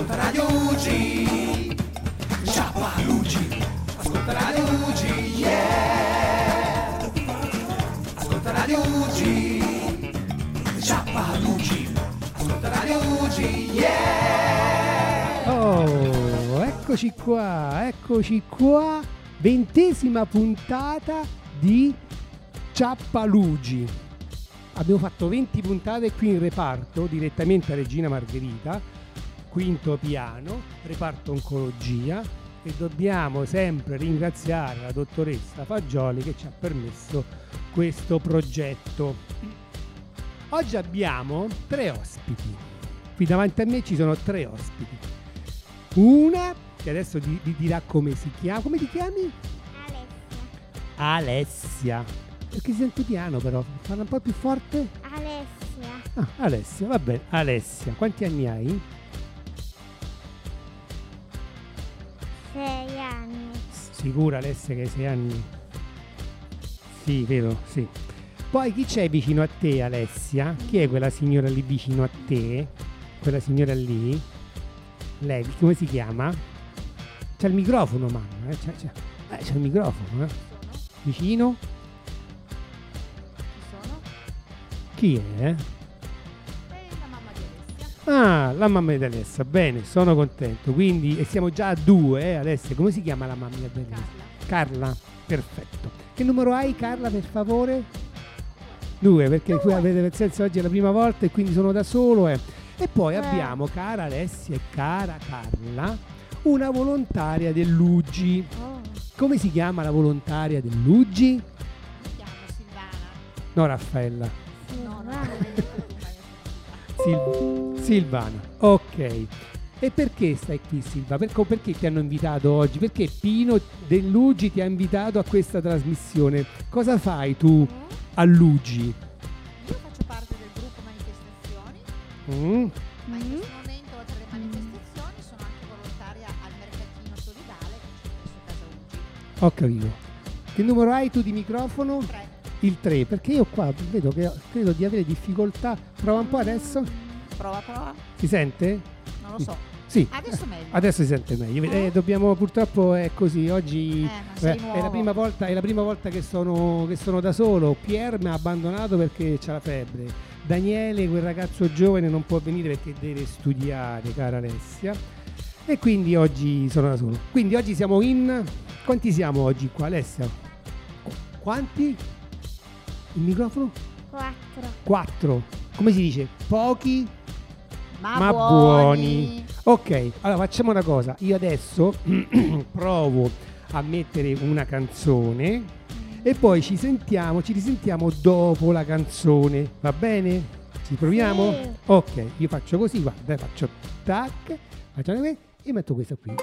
ascolta Radio UG, Sciappa UG, ascolta Radio UG, yeah. Ascolta Radio UG, Sciappa UG, ascolta Radio UG, yeah. Oh, eccoci qua, 20ª puntata di Ciappalugi. Abbiamo fatto 20 puntate qui in reparto, direttamente a Regina Margherita, quinto piano, reparto oncologia, e dobbiamo sempre ringraziare la dottoressa Fagioli che ci ha permesso questo progetto. Oggi abbiamo 3 ospiti. Qui davanti a me ci sono 3 ospiti. Una che adesso vi dirà come si chiama. Come ti chiami? Alessia. Perché si sente piano però, parla un po' più forte? Alessia. Ah, Alessia, va bene. Alessia, quanti anni hai? 6 anni. Sicura Alessia che hai 6 anni? Sì, vero, sì. Poi chi c'è vicino a te, Alessia? Chi è quella signora lì vicino a te? Quella signora lì? Lei, come si chiama? C'è il microfono, mamma, c'è il microfono, eh? Vicino? Chi è? La mamma di Alessia. Ah, la mamma di Alessia, bene, sono contento. Quindi, e siamo già a 2, Alessia. Come si chiama la mamma di Alessia? Carla, perfetto. Che numero hai, Carla, per favore? 2, perché qui avete nel senso oggi è la prima volta e quindi sono da solo. E poi abbiamo, cara Alessia e cara Carla, una volontaria dell'UGI. Oh. Come si chiama la volontaria dell'UGI? Mi chiamo Silvana. No, Raffaella. No, va. non l'hai detto tu, ma io sono Silvana, ok. E perché stai qui, Silva? Perché ti hanno invitato oggi? Perché Pino dell'UGI ti ha invitato a questa trasmissione? Cosa fai tu all'UGI? Io faccio parte del gruppo manifestazioni, ma in questo momento oltre alle manifestazioni sono anche volontaria al mercatino solidale che c'è presso casa UGI. Ho capito. Che numero hai tu di microfono? 3. Il 3, perché io qua vedo che credo di avere difficoltà. Prova un po' adesso. Prova. Si sente? Non lo so. Sì. Adesso meglio. Adesso si sente meglio. Dobbiamo, purtroppo è così. Oggi Ma sei è nuovo. la prima volta che sono da solo. Pier mi ha abbandonato perché c'ha la febbre. Daniele, quel ragazzo giovane, non può venire perché deve studiare, cara Alessia. E quindi oggi sono da solo. Quindi oggi siamo in... Quanti siamo oggi qua, Alessia? Quanti? Il microfono? 4. 4. Come si dice? Pochi Ma buoni. Ok, allora facciamo una cosa. Io adesso provo a mettere una canzone e poi ci risentiamo dopo la canzone. Va bene? Ci proviamo? Sì. Ok, io faccio così, guarda, faccio tac, facciamo qui e metto questa qui.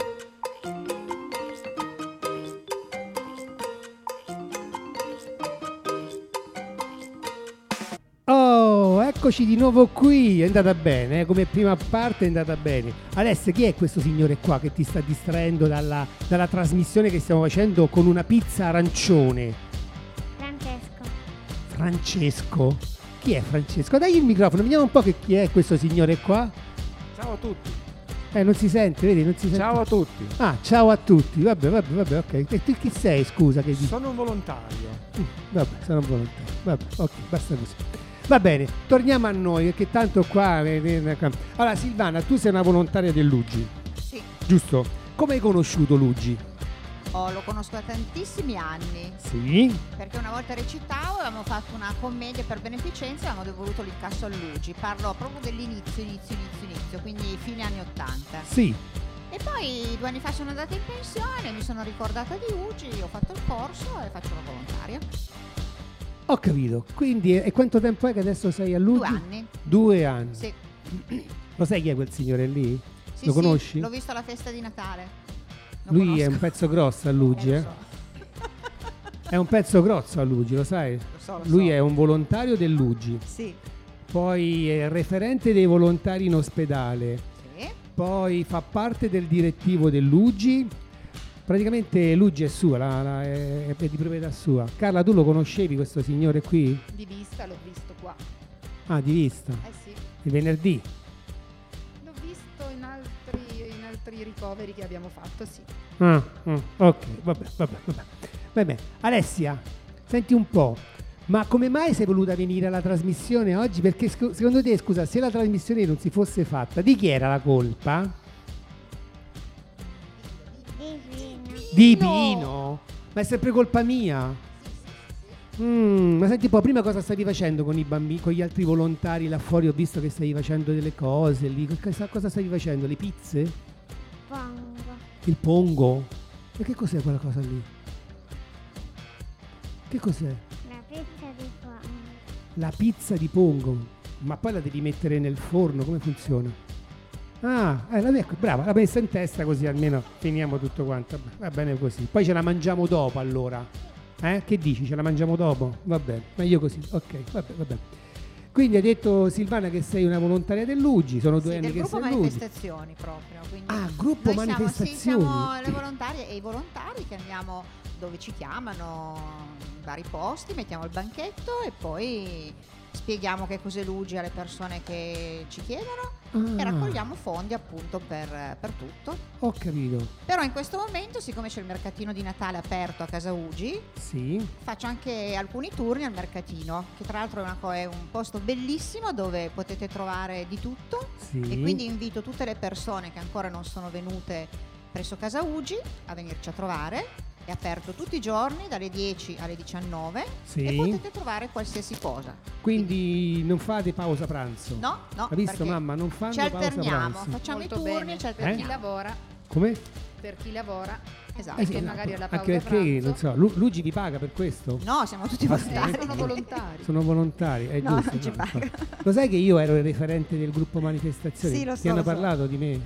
Oh, eccoci di nuovo qui, è andata bene, come prima parte è andata bene. Alessia, chi è questo signore qua che ti sta distraendo dalla trasmissione che stiamo facendo con una pizza arancione? Francesco? Chi è Francesco? Dai il microfono, vediamo un po' che chi è questo signore qua. Ciao a tutti. Non si sente, vedi, non si sente. Ciao a tutti. Ah, ciao a tutti, vabbè, ok. E tu chi sei, scusa? Che dici? Sono un volontario. Vabbè, sono volontario. Vabbè, ok, basta così. Va bene, torniamo a noi perché tanto qua... Allora Silvana, tu sei una volontaria dell'UGI, Sì. giusto? Come hai conosciuto l'UGI? Lo conosco da tantissimi anni. Sì. Perché una volta recitavo, avevamo fatto una commedia per beneficenza e avevamo devoluto l'incasso all'UGI. Parlo proprio dell'inizio, quindi fine anni 80. Sì. E poi 2 anni fa sono andata in pensione, mi sono ricordata di UGI, ho fatto il corso e faccio la volontaria. Ho capito. Quindi, e quanto tempo è che adesso sei all'UGI? 2 anni. 2 anni. Sì. Lo sai chi è quel signore lì? Sì, Lo conosci? Sì, l'ho visto alla festa di Natale. Lo Lui conosco. è un pezzo grosso all'UGI, lo eh? so. È un pezzo grosso all'UGI, lo sai? Lo Lui so. è un volontario dell'UGI. Sì. Poi è referente dei volontari in ospedale. Sì. Poi fa parte del direttivo dell'UGI. Praticamente l'UGI è sua, è di proprietà sua. Carla, tu lo conoscevi questo signore qui? Di vista l'ho visto qua. Ah, di vista. Sì. Il venerdì. L'ho visto in altri ricoveri che abbiamo fatto, sì. Ok, vabbè. Alessia, senti un po', ma come mai sei voluta venire alla trasmissione oggi? Perché secondo te, scusa, se la trasmissione non si fosse fatta, di chi era la colpa? Di Pino? Ma è sempre colpa mia? Ma senti un po', prima cosa stavi facendo con i bambini, con gli altri volontari là fuori? Ho visto che stavi facendo delle cose lì. Cosa stavi facendo? Le pizze? Pongo. Il pongo? E che cos'è quella cosa lì? Che cos'è? La pizza di pongo. La pizza di pongo. Ma poi la devi mettere nel forno, come funziona? Ecco, brava, l'ha messa in testa così almeno finiamo tutto quanto. Va bene così. Poi ce la mangiamo dopo allora. Che dici? Ce la mangiamo dopo? Va bene, meglio così. Ok, va bene. Quindi hai detto, Silvana, che sei una volontaria dell'UGI, sono 2 anni che sei gruppo all'UGI. manifestazioni proprio. Quindi Gruppo noi manifestazioni. siamo le volontarie e i volontari che andiamo dove ci chiamano, in vari posti, mettiamo il banchetto e poi spieghiamo che cos'è l'UGI alle persone che ci chiedono e raccogliamo fondi appunto per tutto. Ho capito. Però in questo momento, siccome c'è il mercatino di Natale aperto a casa UGI, Sì. faccio anche alcuni turni al mercatino, che tra l'altro è un posto bellissimo dove potete trovare di tutto. Sì. E quindi invito tutte le persone che ancora non sono venute presso casa UGI a venirci a trovare. È aperto tutti i giorni dalle 10 alle 19 Sì. e potete trovare qualsiasi cosa. Quindi non fate pausa pranzo? No, Hai visto, perché mamma? Non fanno ci pausa alterniamo, pranzo. facciamo Molto i turni bene. e ci Per chi alterniamo. lavora, Come? per chi lavora, Esatto. che magari alla pausa Anche perché, pranzo. non so, l'UGI vi paga per questo? No, siamo tutti Ah, volontari. sono volontari. Sono volontari, è No, giusto. non ci no, paga. infatti. Lo sai che io ero il referente del gruppo manifestazioni? Sì, lo so, Ti hanno lo so. parlato di me?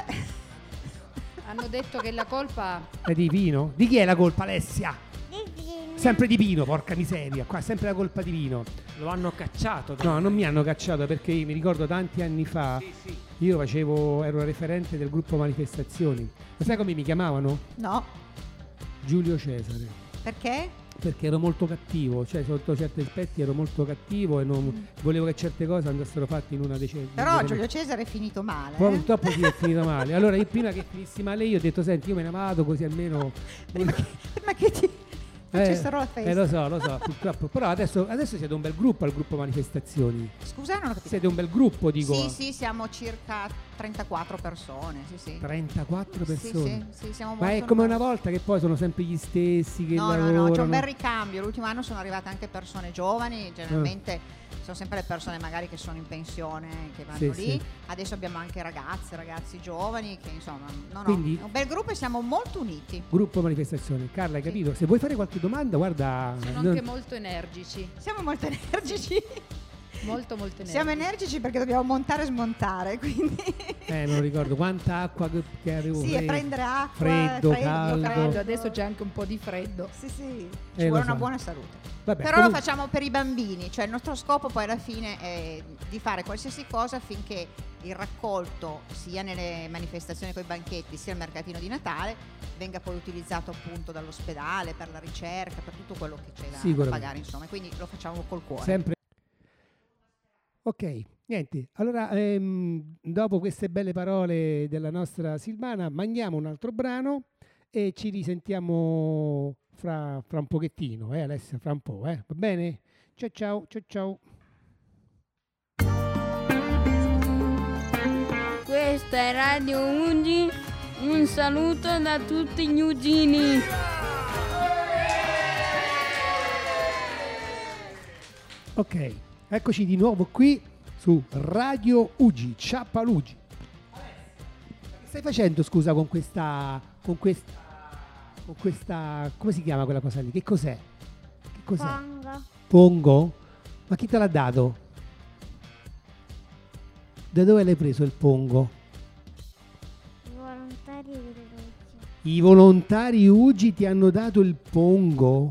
Hanno detto che la colpa È di Pino? Di chi è la colpa, Alessia? Di Pino. Sempre di Pino, porca miseria. Qua è sempre la colpa di Pino. Lo hanno cacciato. No, non mi hanno cacciato perché io mi ricordo tanti anni fa io ero referente del gruppo manifestazioni. Ma sai come mi chiamavano? No, Giulio Cesare. perché? Perché ero molto cattivo, cioè sotto certi aspetti ero molto cattivo e non volevo che certe cose andassero fatte in una decina. Però Giulio Cesare è finito male. Purtroppo sì, è finito male. Allora io prima che finissi male io ho detto senti, io me ne vado così almeno Prima che ti facessero la festa. lo so, purtroppo. Però adesso siete un bel gruppo al gruppo manifestazioni. Scusa, non ho capito. Siete un bel gruppo, dico. Sì, siamo circa 34 persone, sì. 34 persone. Sì, siamo Ma molto è come una numerosi. volta che poi sono sempre gli stessi che No, lavorano. c'è un bel ricambio. L'ultimo anno sono arrivate anche persone giovani, generalmente sono sempre le persone magari che sono in pensione, che vanno Sì, lì. sì. Adesso abbiamo anche ragazzi giovani che insomma, Quindi- è un bel gruppo e siamo molto uniti. Gruppo manifestazioni. Carla, hai capito? Se vuoi fare qualche domanda, guarda. sono non- anche molto energici. Siamo molto energici. Molto energici. Siamo energici perché dobbiamo montare e smontare, quindi non lo ricordo quanta acqua che avevo sì, e preso. prendere acqua, Freddo, caldo. Freddo, adesso c'è anche un po' di freddo. Sì, ci lo vuole so. una buona salute. Vabbè, Però comunque- lo facciamo per i bambini, cioè il nostro scopo poi alla fine è di fare qualsiasi cosa affinché il raccolto sia nelle manifestazioni con i banchetti sia al mercatino di Natale venga poi utilizzato appunto dall'ospedale per la ricerca, per tutto quello che c'è da Sicuramente. pagare, insomma, e quindi lo facciamo col cuore. Sempre. Ok, niente. Allora, dopo queste belle parole della nostra Silvana, mandiamo un altro brano e ci risentiamo fra un pochettino, Alessia, fra un po', va bene? Ciao. Questa è Radio Ugi, un saluto da tutti gli ugini. Ok, eccoci di nuovo qui su Radio Ugi, Ciappalugi. Che stai facendo, scusa, con questa, come si chiama quella cosa lì? Che cos'è? Che cos'è? Pongo. Pongo? Ma chi te l'ha dato? Da dove l'hai preso il pongo? I volontari dell'UGI. I volontari UGI ti hanno dato il pongo?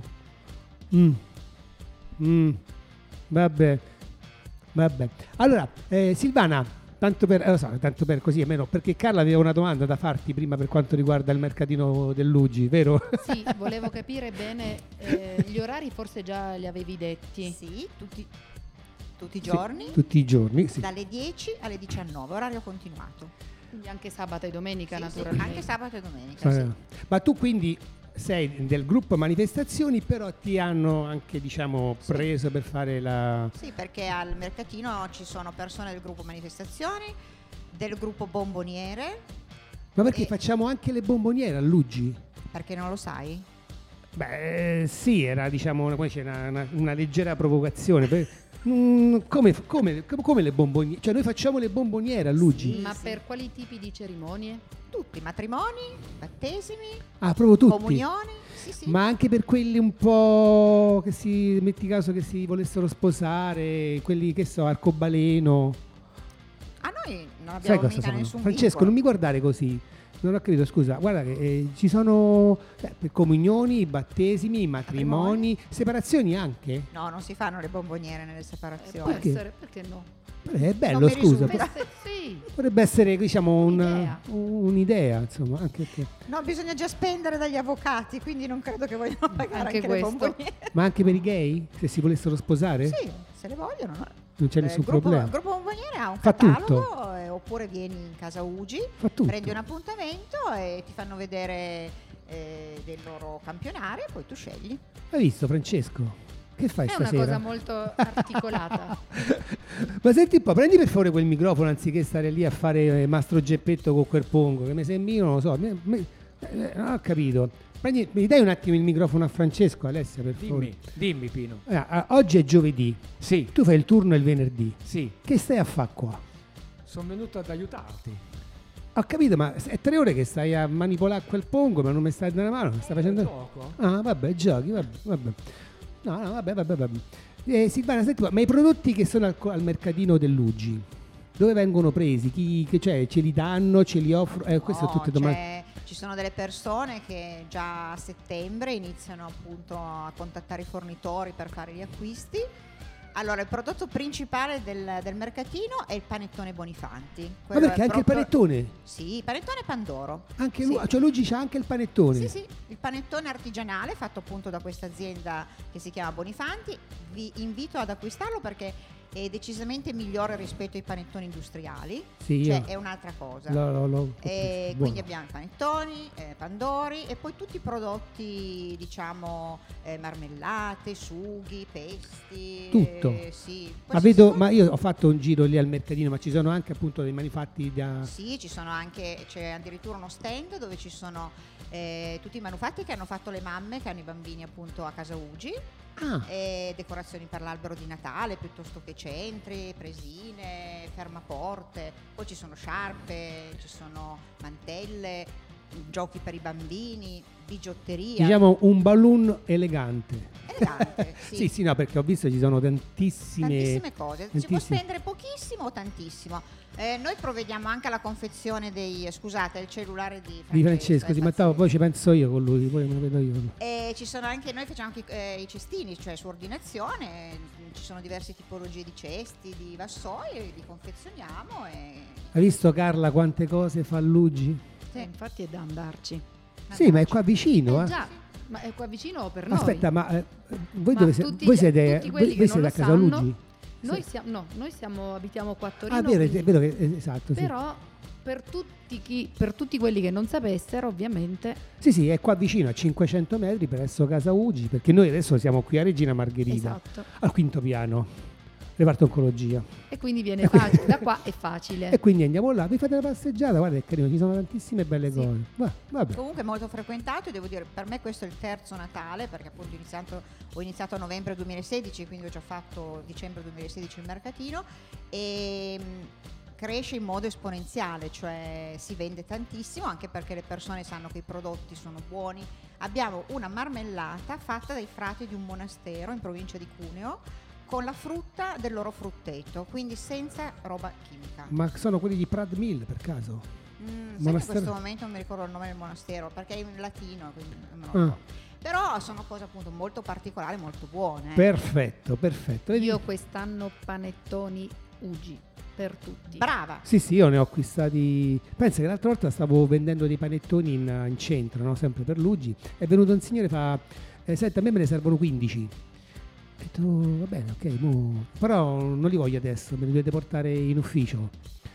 Vabbè. Allora, Silvana, tanto per così, almeno perché Carla aveva una domanda da farti prima per quanto riguarda il mercatino dell'UGI, vero? Sì, volevo capire bene, gli orari forse già li avevi detti. Sì, tutti i giorni, Tutti i giorni, sì. dalle 10 alle 19, orario continuato. Quindi anche sabato e domenica, Sì, sì, naturalmente. anche sabato e domenica, sì. Ma tu quindi sei del gruppo manifestazioni, però ti hanno anche, diciamo, Sì. preso per fare la... Sì, perché al mercatino ci sono persone del gruppo manifestazioni, del gruppo bomboniere, Ma perché E- facciamo anche le bomboniere a Luggi? perché non lo sai? Beh, sì, era, diciamo, poi c'era una leggera provocazione. Come le bomboniere? Cioè noi facciamo le bomboniere a Luggi? Sì. Ma per quali tipi di cerimonie? Tutti, matrimoni, battesimi, Ah, proprio tutti? comunioni, sì sì. Ma anche per quelli un po' che si, metti caso che si volessero sposare, quelli che so, arcobaleno. A noi non Sai abbiamo cosa mica sono? nessun Francesco, vincolo. non mi guardare così. Non ho capito, scusa. Guarda che ci sono per comunioni, battesimi, matrimoni, separazioni anche. No, non si fanno le bomboniere nelle separazioni. Perché? Essere, perché no? È bello, mi scusa. risulta. Sì. Potrebbe essere, diciamo, Un'idea. un'idea, insomma, anche perché. No, bisogna già spendere dagli avvocati, quindi non credo che vogliano pagare Anche anche, questo. le bomboniere. Ma anche per i gay, se si volessero sposare? Sì, se le vogliono, no? Non c'è nessun il gruppo, problema. il gruppo bomboniere ha un Fa catalogo, oppure vieni in casa Ugi, Fa tutto. prendi un appuntamento e ti fanno vedere del loro campionario e poi tu scegli. Hai visto, Francesco? Che fai È una stasera? cosa molto articolata. Ma senti un po', prendi per favore quel microfono anziché stare lì a fare Mastro Geppetto con quel pongo, che mi sembra, non lo so, non ho capito. Mi dai un attimo il microfono a Francesco, Alessia, per favore. Dimmi Pino. Oggi è giovedì, Sì, tu fai il turno il venerdì. sì, Che stai a fare qua? sono venuto ad aiutarti. Ho capito, ma è 3 ore che stai a manipolare quel pongo, ma non mi stai dando una mano? Stai facendo... Gioco? Ah, vabbè, giochi, vabbè. No, vabbè. Silvana, senti, ma i prodotti che sono al mercatino dell'Uggi, dove vengono presi? Cioè, ce li danno, ce li offrono? Queste sono tutte domande. Ci sono delle persone che già a settembre iniziano appunto a contattare i fornitori per fare gli acquisti. Allora, il prodotto principale del mercatino è il panettone Bonifanti. Ma Quello perché è anche il proprio- panettone? Sì, panettone Pandoro. Anche Sì. cioè Luggi c'ha anche il panettone? Sì, sì, il panettone artigianale fatto appunto da questa azienda che si chiama Bonifanti. Vi invito ad acquistarlo perché è decisamente migliore rispetto ai panettoni industriali. Sì, Cioè io è un'altra cosa. lo E buono. quindi abbiamo i panettoni, pandori e poi tutti i prodotti, diciamo, marmellate, sughi, pesti. Tutto. Sì. Ma Questi vedo, sono- ma io ho fatto un giro lì al mercatino, ma ci sono anche appunto dei manufatti da... Sì, ci sono anche, c'è addirittura uno stand dove ci sono tutti i manufatti che hanno fatto le mamme che hanno i bambini appunto a casa Ugi, Ah, decorazioni per l'albero di Natale piuttosto che centri, presine, fermaporte, poi ci sono sciarpe, ci sono mantelle, giochi per i bambini, bigiotteria. diciamo un balloon elegante. Elegante, sì. Sì, no, perché ho visto ci sono tantissime Tantissime cose, si può tantissime- spendere pochissimo o tantissimo. Noi provvediamo anche alla confezione dei, scusate, il cellulare di Francesco, sì, ma poi ci penso io con lui, poi me lo vedo io. E ci sono anche, noi facciamo anche i cestini, cioè su ordinazione, ci sono diverse tipologie di cesti, di vassoi, li confezioniamo e... Hai visto Carla quante cose fa Luggi? Sì. Infatti è da andarci. Sì, ma è qua vicino, eh. Già, ma è qua vicino per noi. Aspetta, ma voi Ma dove tutti- voi siete? tutti quelli Voi che siete non a lo casa sanno, Luggi? Noi abitiamo qua a Torino. Ah, vero, è quindi- vero che esatto, sì. Però per tutti quelli che non sapessero, ovviamente, Sì, è qua vicino a 500 metri presso casa Uggi, perché noi adesso siamo qui a Regina Margherita, esatto. al quinto piano, reparto oncologia. E quindi viene facile, da qua è facile. E quindi andiamo là, vi fate una passeggiata, guarda che carino, ci sono tantissime belle Sì. cose. Vabbè. Comunque è molto frequentato e devo dire, per me questo è il terzo Natale, perché appunto ho iniziato a novembre 2016, quindi ho già fatto dicembre 2016 il mercatino e cresce in modo esponenziale, cioè si vende tantissimo anche perché le persone sanno che i prodotti sono buoni. Abbiamo una marmellata fatta dai frati di un monastero in provincia di Cuneo con la frutta del loro frutteto, quindi senza roba chimica. Ma sono quelli di Prad Mill per caso? Sai che in Monastero? questo momento non mi ricordo il nome del monastero perché è in latino, quindi non me lo Ah. ricordo. Però sono cose appunto molto particolari, molto buone. Perfetto. Vedi? Io quest'anno panettoni Ugi per tutti. Brava. Sì, io ne ho acquistati. Pensa che l'altra volta stavo vendendo dei panettoni in centro, no? Sempre per Luggi. È venuto un signore e fa: senta, a me ne servono 15. Ho detto, va bene, ok, però non li voglio adesso, me li dovete portare in ufficio.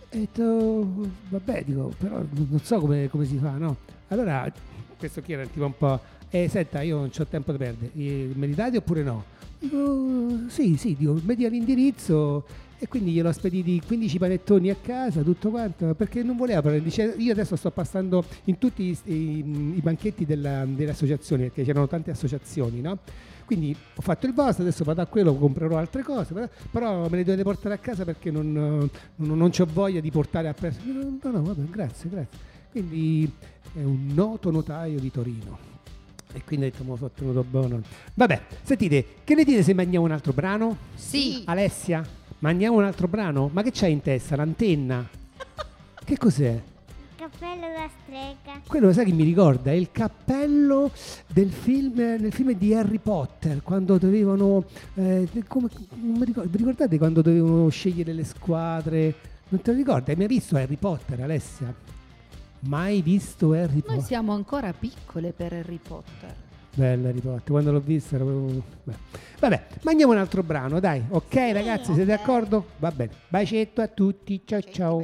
E ho detto, vabbè, dico, però non so come si fa, no? Allora, questo qui era tipo un po', senta, io non c'ho tempo da perdere, me li date oppure no? Dico, sì, dico, mi dia l'indirizzo, e quindi glielo ho spediti 15 panettoni a casa, tutto quanto, perché non voleva prendere. Dice, io adesso sto passando in tutti i banchetti delle associazioni, perché c'erano tante associazioni, no? Quindi ho fatto il vostro, adesso vado a quello, comprerò altre cose, però me le dovete portare a casa perché non c'ho voglia di portare a presto. No, vabbè, grazie. Quindi è un noto notaio di Torino. E quindi ho detto, mi sono tenuto buono. Vabbè, sentite, che ne dite se mangiamo un altro brano? Sì. Alessia, mangiamo un altro brano? Ma che c'hai in testa? L'antenna? Che cos'è? Cappello da strega. Quello, sai che mi ricorda? È il cappello nel film di Harry Potter, quando dovevano non mi ricordo, vi ricordate quando dovevano scegliere le squadre? Non te lo ricordi? Hai mai visto Harry Potter, Alessia? Mai visto Harry Potter? Noi siamo ancora piccole per Harry Potter. Bella Harry Potter, quando l'ho vista ero proprio... Vabbè, mangiamo un altro brano, dai. Ok, ragazzi, siete d'accordo? Va bene. Bacetto a tutti, ciao.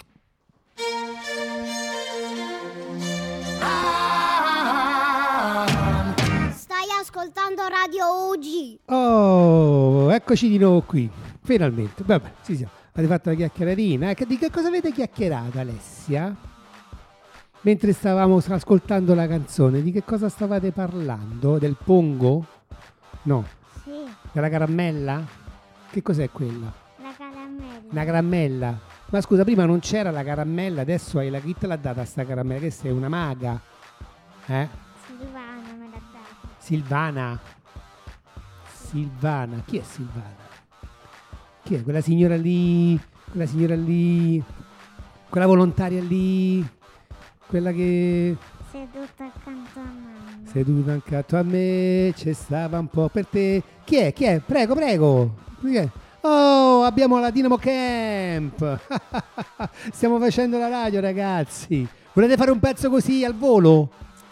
Stai ascoltando Radio UG. Oh, eccoci di nuovo qui, finalmente. Vabbè, ci siamo. Avete fatto la chiacchieratina. Di che cosa avete chiacchierato, Alessia? Mentre stavamo ascoltando la canzone, di che cosa stavate parlando? Del pongo? No. Sì, Della caramella? Che cos'è quella? la caramella. Una caramella. Ma scusa, prima non c'era la caramella, adesso hai chi te l'ha data sta caramella? Che sei una maga? Silvana me l'ha data. Silvana, chi è Silvana? Chi è quella signora lì? Quella volontaria lì? Quella che Seduta accanto a mamma. seduta accanto a me, c'è stava un po' per te. Chi è? Prego. Chi è? Oh, abbiamo la Dinamo Camp. Stiamo facendo la radio, ragazzi. Volete fare un pezzo così al volo?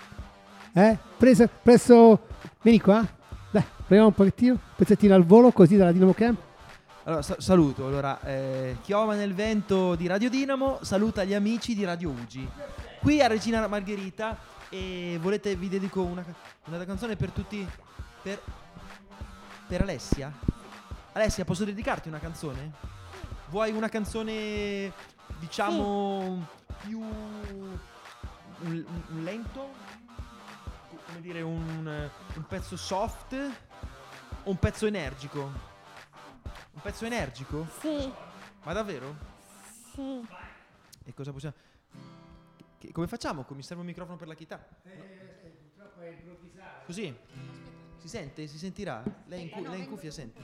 Presso. Vieni qua. Dai, proviamo un pochettino. Pezzettino al volo, così dalla Dinamo Camp. Allora, saluto. Allora, Chioma nel vento di Radio Dinamo saluta gli amici di Radio Ugi. Qui a Regina Margherita, e vi dedico una canzone per tutti, per Alessia. Alessia, posso dedicarti una canzone? Vuoi una canzone, diciamo, più un lento? Come dire, un pezzo soft o un pezzo energico? Un pezzo energico? Sì, Ma davvero? sì. E cosa possiamo... Come facciamo? Mi serve un microfono per la chitarra. Purtroppo è improvvisato. Così? Si sente? Si sentirà? Lei in cuffia sente?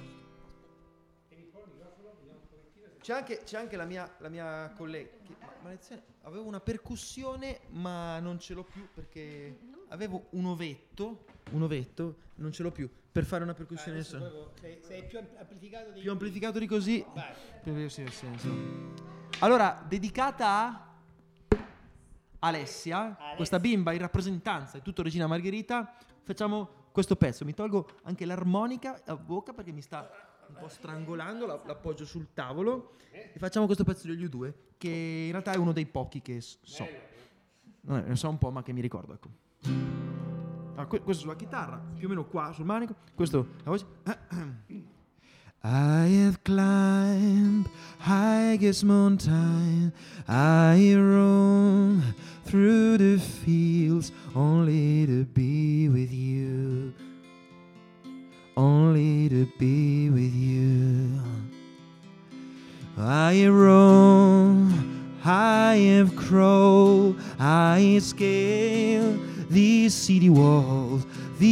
C'è anche la mia collega. Maledizione, avevo una percussione, ma non ce l'ho più perché avevo un ovetto, non ce l'ho più per fare una percussione. Sei più amplificato di... Più amplificato di così. Vai. Sì, nel senso. Allora, dedicata a Alessia, questa bimba in rappresentanza di tutto Regina Margherita, facciamo questo pezzo. Mi tolgo anche l'armonica a bocca perché mi sta un po' strangolando, l'appoggio sul tavolo e facciamo questo pezzo degli U2 che in realtà è uno dei pochi che so. Ne so un po', ma che mi ricordo, ecco. Allora, questo sulla chitarra, più o meno qua sul manico, questo la voce. I have climbed highest mountain, I roam through the fields only to be with you, only to be with you. I roam, I have crawled, I scale these city walls,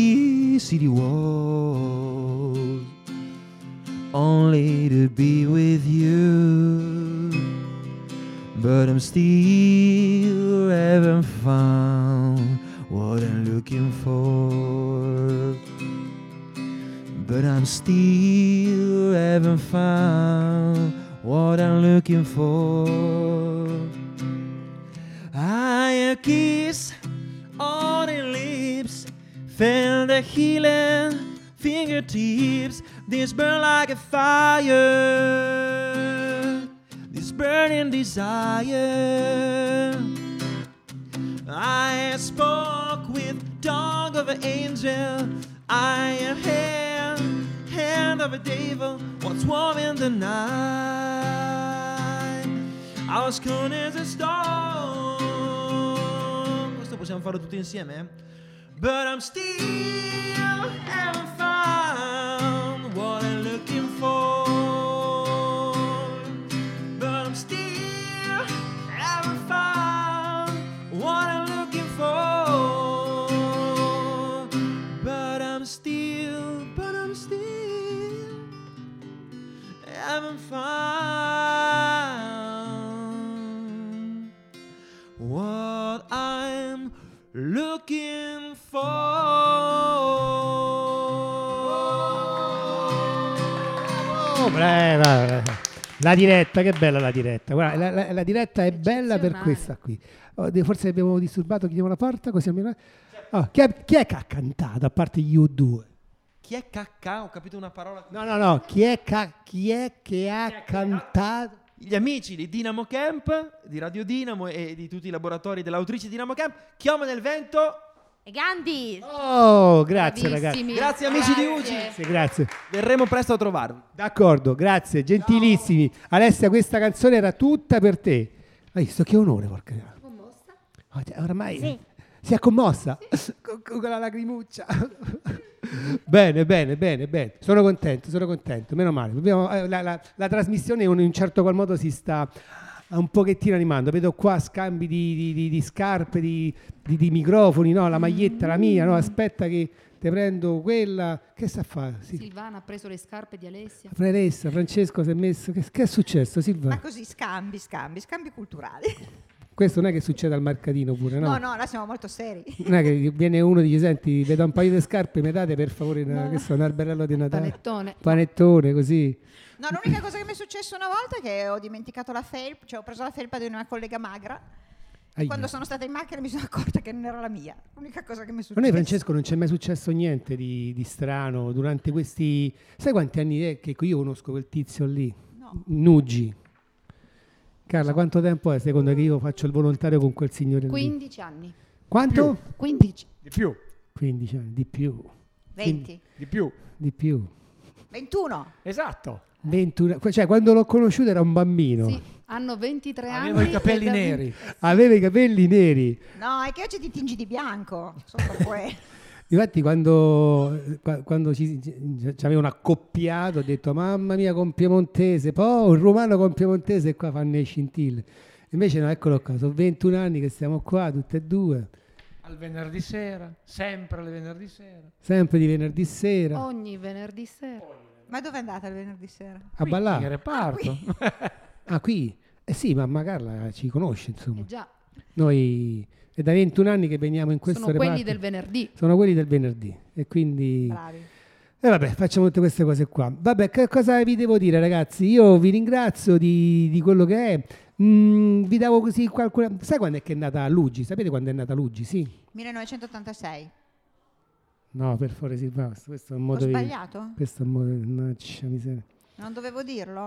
only to be with you. But I'm still haven't found what I'm looking for. But I'm still haven't found what I'm looking for. I kiss on the lips, feel the healing fingertips. This burn like a fire. This burning desire. I spoke with tongue of an angel. I am hand of a devil. What's warm in the night? I was cold as a stone. Questo possiamo farlo tutti insieme, eh? But I'm still haven't found what I'm looking for. But I'm still haven't found what I'm looking for. But I'm still haven't found what I'm looking for. Oh, brava. La diretta, che bella la diretta. Guarda, la diretta è bella per questa qui. Forse abbiamo disturbato, chiudiamo la porta così almeno. Oh, chi è che ha cantato a parte gli U2? Chi è cacca? Ho capito una parola. No. Chi è che ha cantato? Gli amici di Dinamo Camp, di Radio Dinamo e di tutti i laboratori dell'autrice Dinamo Camp. Chioma nel vento. E Gandhi! Oh, grazie ragazzi. Bravissimi. Grazie amici di Ugi. Grazie. Verremo presto a trovarvi. D'accordo, grazie, gentilissimi. Alessia, questa canzone era tutta per te. Hai visto che onore, porca. Commossa? Ormai Sì. si è commossa con la lacrimuccia. Bene. Sono contento, meno male. La trasmissione in un certo qual modo si sta un pochettino animando. Vedo qua scambi di scarpe, di microfoni, no? La maglietta, la mia, no? Aspetta che te prendo quella. Che sta a fare? Sì. Silvana ha preso le scarpe di Alessia. Francesco si è messo. Che è successo, Silvana? Ma così scambi culturali. Questo non è che succede al mercatino pure, no? No, là siamo molto seri. Non è che viene uno e dice: senti, vedo un paio di scarpe, mi date per favore che so, un alberello di Natale? Panettone, così. No, l'unica cosa che mi è successa una volta è che ho dimenticato la felpa, cioè ho preso la felpa di una collega magra. Aia. Quando sono stata in macchina mi sono accorta che non era la mia. L'unica cosa che mi è successa. A noi, Francesco, non c'è mai successo niente di strano durante questi... Sai quanti anni è che io conosco quel tizio lì? No. Nugi. Carla, quanto tempo è secondo che io faccio il volontario con quel signore lì? 15 anni. Quanto? 15. Di più. 15 anni, di più. 20. Di più. Di più. 21. Esatto. 21, cioè quando l'ho conosciuto era un bambino. Sì, hanno 23 anni. Avevo i capelli e da- neri. Aveva i capelli neri. No, è che oggi ti tingi di bianco. Solo per quello. Infatti quando ci avevano accoppiato ho detto mamma mia con piemontese, poi un romano con piemontese e qua fanno le scintille. Invece no, eccolo qua, sono 21 anni che stiamo qua tutte e due. Al venerdì sera, sempre al venerdì sera. Sempre di venerdì sera Ogni venerdì sera. Ma dove è andata il venerdì sera? a In ballare. reparto. Ah, qui? Eh sì, mamma Carla ci conosce insomma. Già, Noi è da 21 anni che veniamo in questo sono reparto. quelli del venerdì. Sono quelli del venerdì e quindi... Bravi. E vabbè, facciamo tutte queste cose qua. Vabbè, che cosa vi devo dire ragazzi? Io vi ringrazio di quello che è. Vi davo così qualcuna... Sai quando è che è nata Luigi? Sapete quando è nata Luigi? Sì? 1986. No, per favore Silvana, questo è un Ho modo di... sbagliato? Questo è un modo... Mannaggia miseria. Non dovevo dirlo?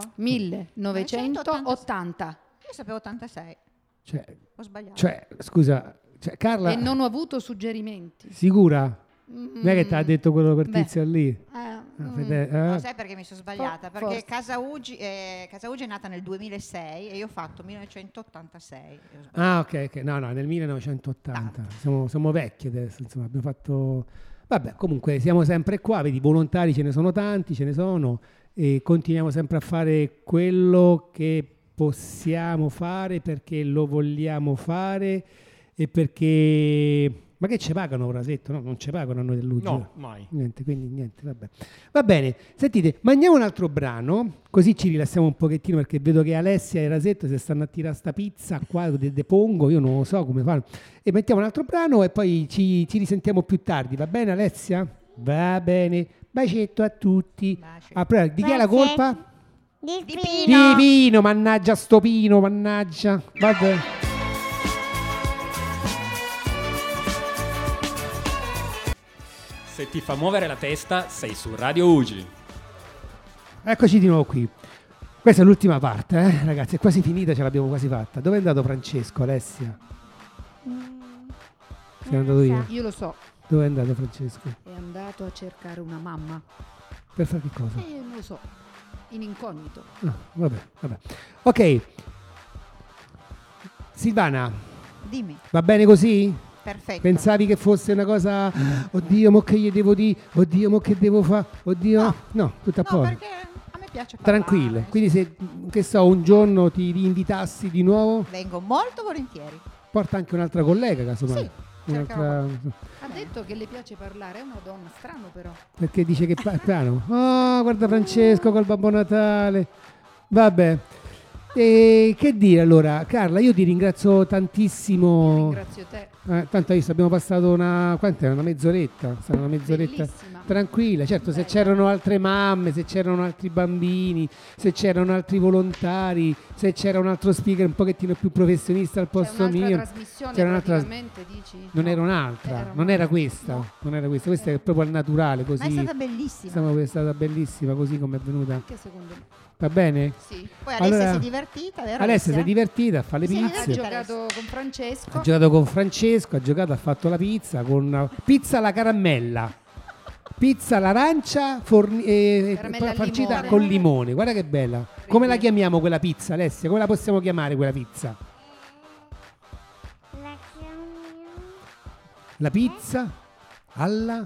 1980. Io sapevo 86. Ho sbagliato. Cioè, scusa, Carla... E non ho avuto suggerimenti. Sicura? Non è che ti ha detto quello per Beh. tizio lì? No, sai perché mi sono sbagliata? Forse. Perché Casa Ugi è nata nel 2006 e io ho fatto 1986. E ho sbagliato. Ah, ok. No, nel 1980. Siamo vecchi adesso, insomma, abbiamo fatto... Vabbè, comunque siamo sempre qua, vedi, volontari ce ne sono tanti, e continuiamo sempre a fare quello che possiamo fare perché lo vogliamo fare e perché... Ma che ci pagano ora, Setto? No, non ci pagano a noi dell'Ugi. No, mai. Niente, quindi niente, vabbè. Va bene, sentite, mandiamo un altro brano, così ci rilassiamo un pochettino perché vedo che Alessia e Rasetto si stanno a tirare sta pizza qua, de pongo, io non lo so come fanno. E mettiamo un altro brano e poi ci risentiamo più tardi, va bene Alessia? Va bene, bacetto a tutti. Baci. Di chi è la colpa? Di Di Pino. Di Pino, mannaggia sto Pino, mannaggia. Vabbè. Se ti fa muovere la testa, sei su Radio Ugi. Eccoci di nuovo qui. Questa è l'ultima parte, ragazzi, è quasi finita, ce l'abbiamo quasi fatta. Dove è andato Francesco, Alessia? Sei andato io? Io lo so, Dove è andato Francesco? è andato a cercare una mamma. Per fare che cosa? Non lo so, in incognito. Ah, vabbè. Ok. Silvana, Dimmi, va bene così? perfetto. Pensavi che fosse una cosa, oddio, mo che gli devo dire, oddio, mo che devo fare, oddio, no, tutto a No, posto. perché a me piace parlare. Tranquille, quindi se, che so, un giorno ti rinvitassi di nuovo, Vengo molto volentieri. porta anche un'altra collega, casomai. Sì, cercherò. Ha detto che le piace parlare, è una donna, strano però. Perché dice che piano. Oh, guarda Francesco col Babbo Natale. Vabbè. E che dire allora, Carla, io ti ringrazio tantissimo. Ringrazio te. Tanto visto, abbiamo passato una mezz'oretta, sarà una mezz'oretta Bellissima. tranquilla. Certo, se Bella. c'erano altre mamme, se c'erano altri bambini, se c'erano altri volontari, se c'era un altro speaker un pochettino più professionista al C'è posto un'altra mio. trasmissione C'era un'altra- praticamente, dici? Non No. era un'altra, Era non era questa, no. non era questa, questa è proprio al naturale, Ma è così. stata bellissima. È stata bellissima così come è venuta. Anche secondo me. Va bene? Sì. Poi Alessia Allora, si è divertita, vero? Alessia si è divertita a fare le Sì, Ha pizze. giocato con Francesco. Ha giocato con Francesco, ha fatto la pizza con una pizza alla caramella. Pizza all'arancia Caramella al farcita limone. con limone. Guarda che bella. Come la chiamiamo quella pizza, Alessia? Come la possiamo chiamare quella pizza? La chiamiamo La pizza alla...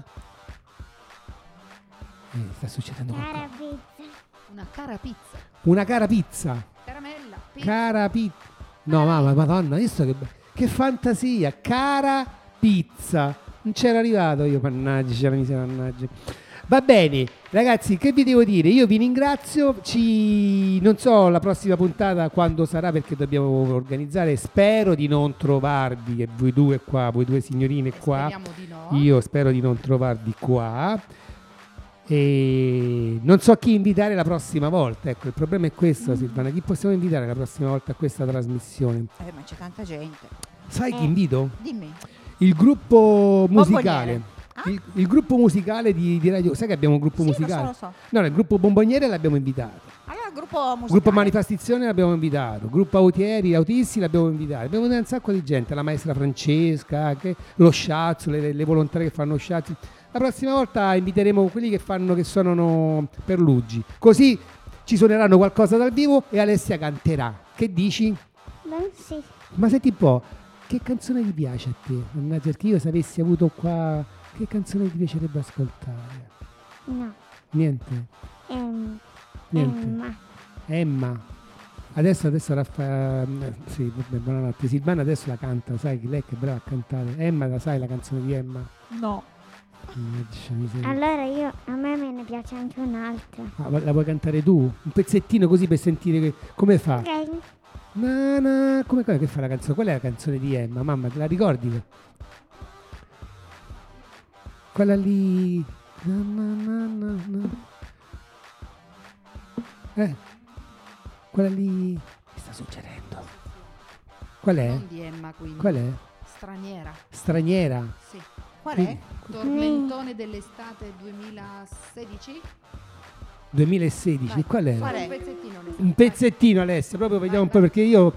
sta succedendo qualcosa. cara pizza. Una cara pizza. Una cara pizza. Caramella. Pizza. Cara pizza. No, mamma, madonna, visto che fantasia. Cara pizza. Non c'ero arrivato io, mannaggia, c'era la miseria, mannaggia. Va bene, ragazzi, che vi devo dire? Io vi ringrazio. Non so la prossima puntata quando sarà, perché dobbiamo organizzare. Spero di non trovarvi, e voi due qua, voi due signorine qua. Speriamo di no. Io spero di non trovarvi qua. E non so chi invitare la prossima volta. Ecco, il problema è questo, Silvana. Chi possiamo invitare la prossima volta a questa trasmissione? Ma c'è tanta gente. Sai chi invito? Dimmi. Il gruppo musicale. Bomboniere. Ah? Il gruppo musicale di Radio. Sai che abbiamo un gruppo Sì, musicale? lo so. No, il gruppo Bomboniere l'abbiamo invitato. Allora, gruppo musicale. Gruppo Manifestazione l'abbiamo invitato. Gruppo Autisti l'abbiamo invitato. Abbiamo un sacco di gente. La maestra Francesca, anche lo shiatsu, le volontarie che fanno shiatsu. La prossima volta inviteremo quelli che suonano per Luigi. Così ci suoneranno qualcosa dal vivo e Alessia canterà. Che dici? Beh, sì. Ma senti un po', che canzone ti piace a te? Mannaggia, perché io se avessi avuto qua, che canzone ti piacerebbe ascoltare? No. Niente? Niente? Emma. Adesso Raffaele, sì, vabbè, buonanotte. Silvana adesso la canta, sai che lei che è brava a cantare. Emma, la sai la canzone di Emma? No. Mannaggia, miseria. Allora a me ne piace anche un'altra. Ah, la vuoi cantare tu? Un pezzettino così per sentire come fa? Ok. Come che fa la canzone? Qual è la canzone di Emma? Mamma, te la ricordi? Quella lì. Quella lì. Mi sta succedendo. Qual è? Non di Emma, quindi. Qual è? Straniera. Straniera. Sì. Qual è? Tormentone dell'estate 2016. 2016. Dai, Qual è? Qual è? Un pezzettino. ne Un pezzettino, Alessia, proprio vediamo un po' perché io.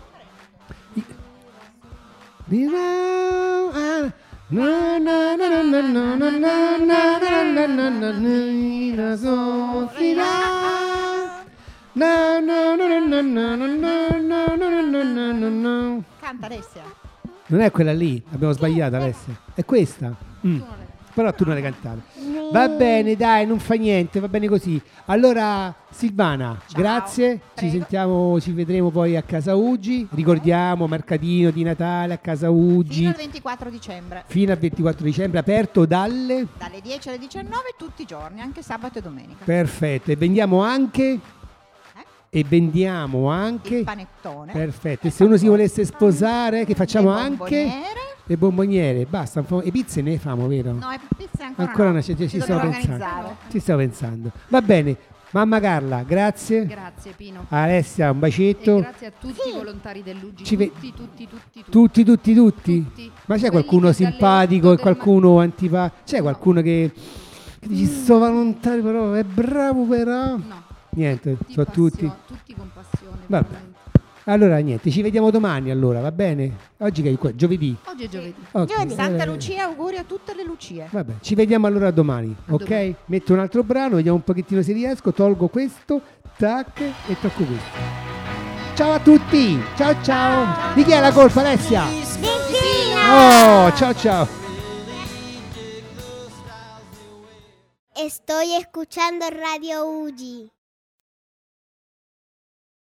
Canta Alessia. Non è quella lì, abbiamo sbagliato, Alessia. È questa. Però tu non le cantavi. Va bene, dai, non fa niente, va bene così. Allora, Silvana, Ciao. grazie. Ci Prego. sentiamo, ci vedremo poi a Casa Uggi. Ricordiamo, mercatino di Natale a Casa Uggi. Fino al 24 dicembre. Fino al 24 dicembre, aperto dalle... Dalle 10 alle 19 tutti i giorni, anche sabato e domenica. Perfetto, e vendiamo anche... E vendiamo anche... Il panettone. Perfetto, e se uno si volesse sposare, che facciamo Le anche... bomboniere. Le bomboniere, basta, e pizze ne famo, vero? No, pizze ancora, Ancora no. no, ci Ci stavo dobbiamo pensando. organizzare. Ci stavo pensando. Va bene, mamma Carla, grazie. Grazie Pino. Alessia, un E bacetto. grazie a tutti i volontari dell'Ugi. Ci ve- Tutti. Tutti? Tutti. Ma c'è Quelli qualcuno che simpatico e dall'otto del qualcuno antipatico? C'è No. qualcuno che dice sto volontario però è bravo però? No. niente, sono tutti con passione. Vabbè. veramente. Allora niente, ci vediamo domani allora, va bene? Oggi che è giovedì. Oggi è giovedì. Ok, Santa Lucia, auguri a tutte le Lucie. Vabbè, ci vediamo allora domani, A ok? domani. Metto un altro brano, vediamo un pochettino se riesco, tolgo questo, tac, e tocco questo. Ciao a tutti, ciao ciao. Di chi è la colpa, Alessia? Oh, ciao ciao. Estoy escuchando Radio Uji.